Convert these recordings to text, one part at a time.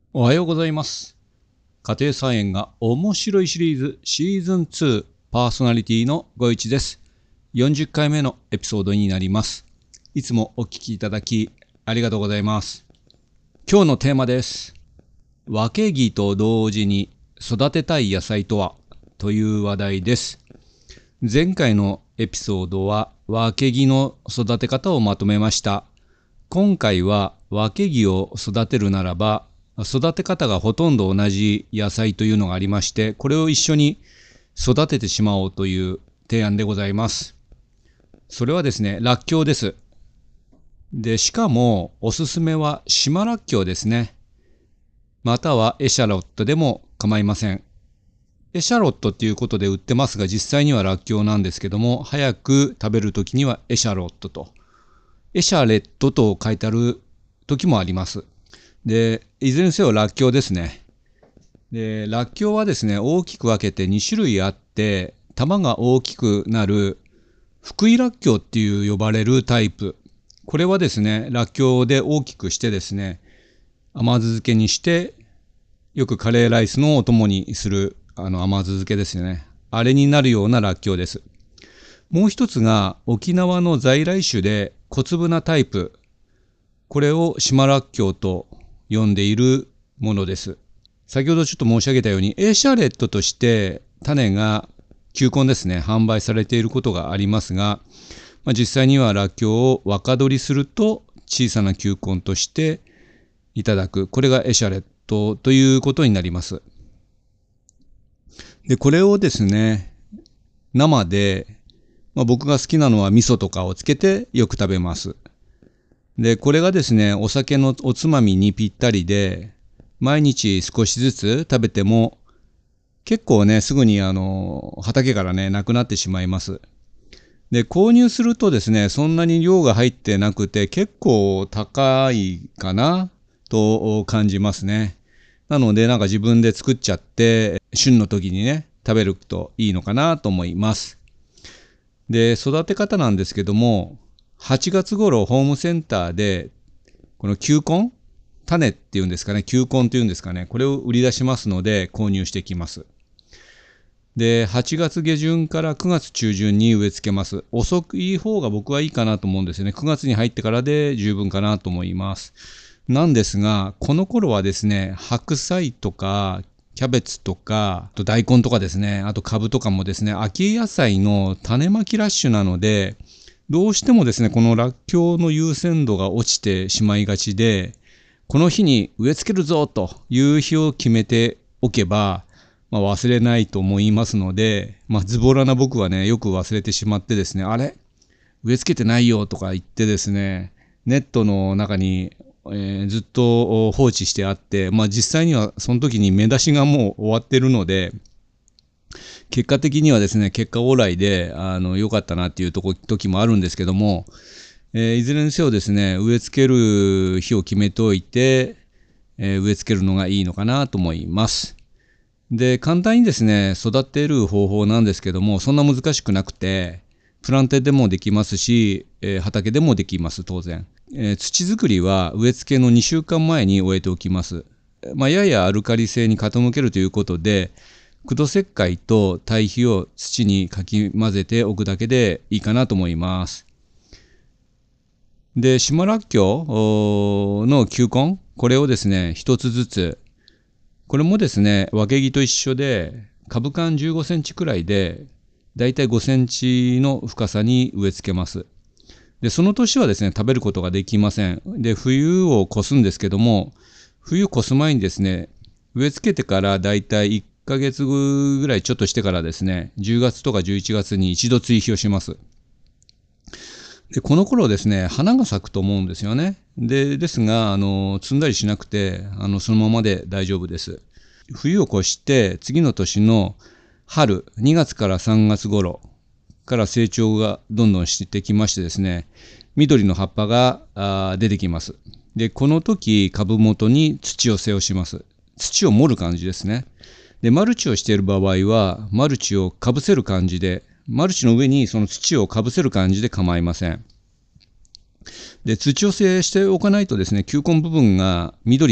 おはようございます。家庭菜園が面白いシリーズシーズン2パーソナリティのご一です。40回目のエピソードになります。いつもお聞きいただきありがとうございます。今日のテーマです。分け木と同時に育てたい野菜とはという話題です。前回のエピソードは分け木の育て方をまとめました。今回は分け木を育てるならば育て方がほとんど同じ野菜というのがありまして、これを一緒に育ててしまおうという提案でございます。それはですね、らっきょうです。で、しかもおすすめは島らっきょうですね。またはエシャロットでも構いません。エシャロットっていうことで売ってますが、実際にはらっきょうなんですけども、早く食べるときにはエシャロットと、エシャレットと書いてある時もあります。で、いずれにせよらっきょうですね。で、らっきょうはですね、大きく分けて2種類あって、玉が大きくなる福井らっきょうっていう呼ばれるタイプ。これはですね、らっきょうで大きくしてですね、甘酢漬けにして、よくカレーライスのお供にする甘酢漬けですよね。あれになるようならっきょうです。もう一つが沖縄の在来種で小粒なタイプ。これを島らっきょうと呼んでいるものです。先ほどちょっと申し上げたように、エシャレットとして種が球根ですね、販売されていることがありますが、実際にはらっきょうを若取りすると小さな球根としていただく。これがエシャレットということになります。で、これをですね、生で、僕が好きなのは味噌とかをつけてよく食べます。で、これがですね、お酒のおつまみにぴったりで、毎日少しずつ食べても、結構ね、すぐに畑からね、なくなってしまいます。で、購入するとですね、そんなに量が入ってなくて、結構高いかなと感じますね。なので、なんか自分で作っちゃって、旬の時にね、食べるといいのかなと思います。で、育て方なんですけども、8月頃ホームセンターで、この球根種っていうんですかね、球根っていうんですかね、これを売り出しますので購入してきます。で、8月下旬から9月中旬に植え付けます。遅い方が僕はいいかなと思うんですよね。9月に入ってからで十分かなと思います。なんですが、この頃はですね、白菜とか、キャベツとか、あと大根とかですね、あとカブとかもですね、秋野菜の種まきラッシュなので、どうしてもですね、このらっきょうの優先度が落ちてしまいがちで、この日に植え付けるぞという日を決めておけば、忘れないと思いますので、ズボラな僕はね、よく忘れてしまってですね、あれ植え付けてないよとか言ってですね、ネットの中に、ずっと放置してあって、実際にはその時に芽出しがもう終わってるので、結果的にはですね、結果オーライで、良かったなっていう時もあるんですけども、いずれにせよですね、植え付ける日を決めておいて、植え付けるのがいいのかなと思います。で、簡単にですね、育てる方法なんですけども、そんな難しくなくて、プランテでもできますし、畑でもできます、当然。土作りは植え付けの2週間前に終えておきます。ややアルカリ性に傾けるということで、苦土石灰と堆肥を土にかき混ぜておくだけでいいかなと思います。で、島らっきょうの球根、これをですね、一つずつ、これもですね、分け木と一緒で、株間15センチくらいで、だいたい5センチの深さに植え付けます。で、その年はですね、食べることができません。で、冬を越すんですけども、冬越す前にですね、植え付けてからだいたい1ヶ月ぐらいちょっとしてからですね、10月とか11月に一度追肥をします。で、この頃ですね、花が咲くと思うんですよね。ですが、摘んだりしなくて、そのままで大丈夫です。冬を越して、次の年の春、2月から3月頃から成長がどんどんしてきましてですね、緑の葉っぱが出てきます。で、この時、株元に土寄せをします。土を盛る感じですね。で、マルチをしている場合は、マルチをかぶせる感じで、マルチの上にその土をかぶせる感じで構いません。で、土寄せしておかないとですね、球根部分が緑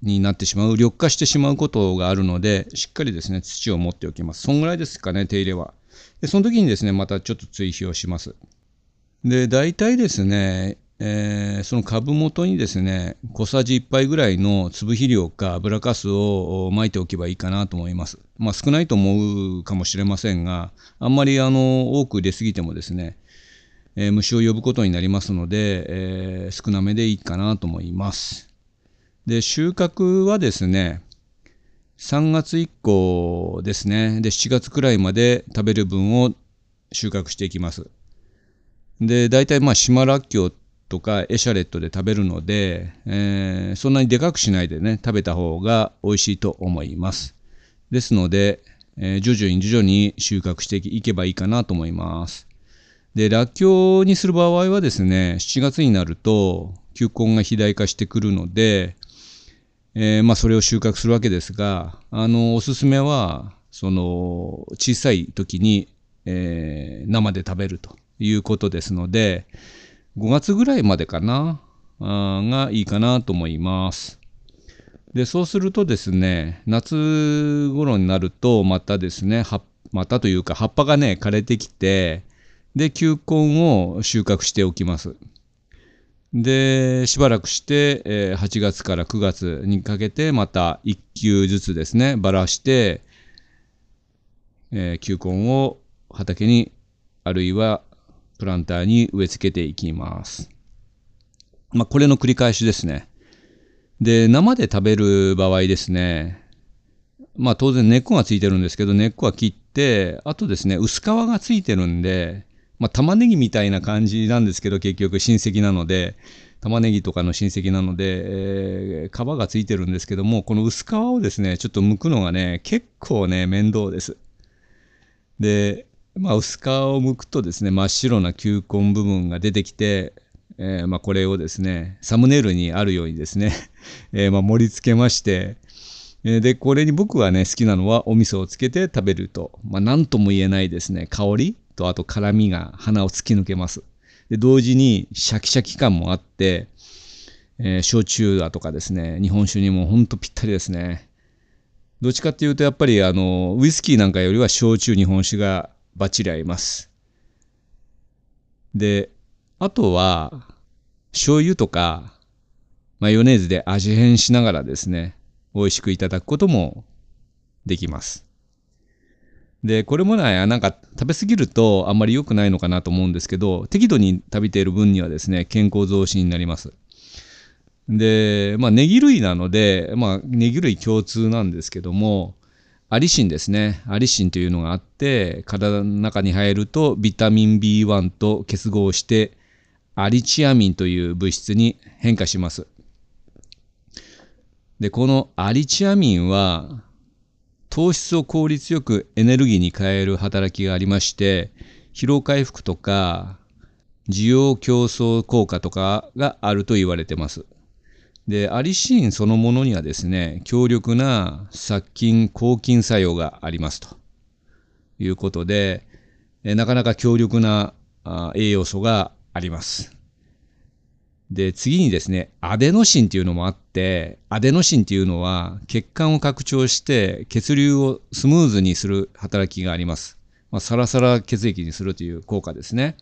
になってしまう、緑化してしまうことがあるので、しっかりですね、土を持っておきます。そんぐらいですかね、手入れは。で、その時にですね、またちょっと追肥をします。で、大体ですね、その株元にですね、小さじ1杯ぐらいの粒肥料か油かすをまいておけばいいかなと思います。まあ少ないと思うかもしれませんが、あんまり多く出過ぎてもですね、虫を呼ぶことになりますので、少なめでいいかなと思います。で、収穫はですね、3月以降ですね。で、7月くらいまで食べる分を収穫していきます。で、大体島らっきょうとかエシャレットで食べるので、そんなにでかくしないでね、食べた方が美味しいと思います。ですので、徐々に収穫していけばいいかなと思います。で、らっきょうにする場合はですね、7月になると球根が肥大化してくるので、それを収穫するわけですが、おすすめは、小さい時に、生で食べるということですので、5月ぐらいまでかな、がいいかなと思います。で、そうするとですね、夏頃になると、またですね、またというか、葉っぱがね、枯れてきて、で、球根を収穫しておきます。で、しばらくして、8月から9月にかけてまた1球ずつですね、ばらして、球根を畑にあるいはプランターに植え付けていきます。これの繰り返しですね。で、生で食べる場合ですね、当然根っこがついてるんですけど、根っこは切って、あとですね、薄皮がついてるんで、玉ねぎみたいな感じなんですけど、結局親戚なので、玉ねぎとかの親戚なので、皮がついてるんですけども、この薄皮をですね、ちょっと剥くのがね、結構ね、面倒です。で、薄皮を剥くとですね、真っ白な球根部分が出てきて、これをですね、サムネイルにあるようにですね、盛り付けまして、で、これに僕はね、好きなのはお味噌をつけて食べると、なんとも言えないですね、香りとあと辛みが鼻を突き抜けます。で、同時にシャキシャキ感もあって、焼酎だとかですね、日本酒にもほんとぴったりですね。どっちかっていうとやっぱりウイスキーなんかよりは焼酎日本酒がバッチリ合います。で、あとは醤油とかマヨネーズで味変しながらですね、美味しくいただくこともできます。で、これもね、なんか食べ過ぎるとあんまり良くないのかなと思うんですけど、適度に食べている分にはですね、健康増進になります。で、ネギ類なので、ネギ類共通なんですけども、アリシンですね。アリシンというのがあって、体の中に入るとビタミン B1 と結合して、アリチアミンという物質に変化します。で、このアリチアミンは、糖質を効率よくエネルギーに変える働きがありまして、疲労回復とか、需要競争効果とかがあると言われています。で、アリシンそのものにはですね、強力な殺菌、抗菌作用がありますということで、なかなか強力な栄養素があります。で、次にですね、アデノシンっていうのもあって、アデノシンっていうのは血管を拡張して血流をスムーズにする働きがあります。サラサラ血液にするという効果ですね。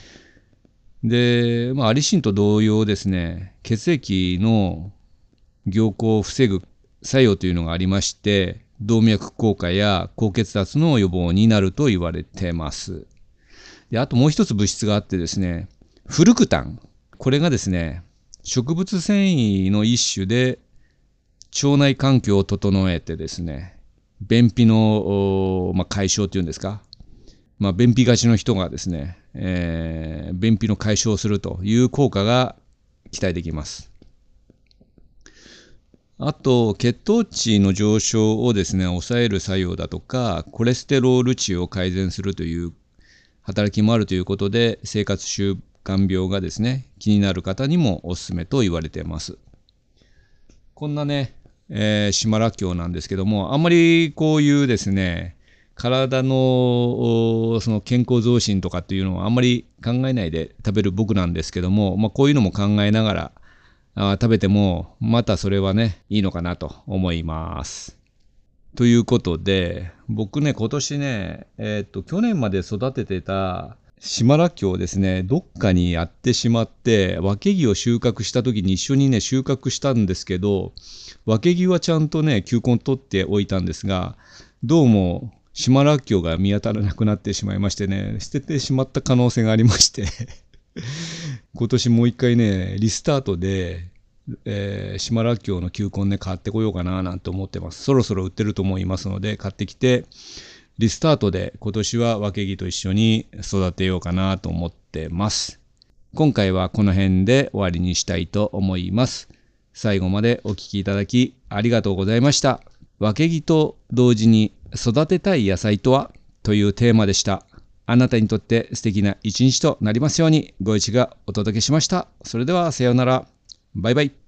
で、アリシンと同様ですね、血液の凝固を防ぐ作用というのがありまして、動脈硬化や高血圧の予防になると言われています。で、あともう一つ物質があってですね、フルクタン。これがですね、植物繊維の一種で腸内環境を整えてですね、便秘の、解消というんですか、便秘がちの人がですね、便秘の解消をするという効果が期待できます。あと、血糖値の上昇をですね、抑える作用だとか、コレステロール値を改善するという働きもあるということで、生活習慣病がですね、気になる方にもおすすめと言われています。こんなね、島らっきょうなんですけども、あんまりこういうですね、体のその健康増進とかっていうのはあんまり考えないで食べる僕なんですけども、こういうのも考えながら食べても、またそれはね、いいのかなと思います。ということで、僕ね、今年ね、去年まで育ててた島らっきょうをですね、どっかにやってしまって、分け木を収穫した時に一緒にね、収穫したんですけど、分け木はちゃんとね、球根取っておいたんですが、どうも島らっきょうが見当たらなくなってしまいましてね、捨ててしまった可能性がありまして今年もう一回ね、リスタートで、島らっきょうの球根ね、買ってこようかななんて思ってます。そろそろ売ってると思いますので、買ってきて、リスタートで今年は分け木と一緒に育てようかなと思ってます。今回はこの辺で終わりにしたいと思います。最後までお聞きいただきありがとうございました。分け木と同時に育てたい野菜とはというテーマでした。あなたにとって素敵な一日となりますようにご一がお届けしました。それではさようなら。バイバイ。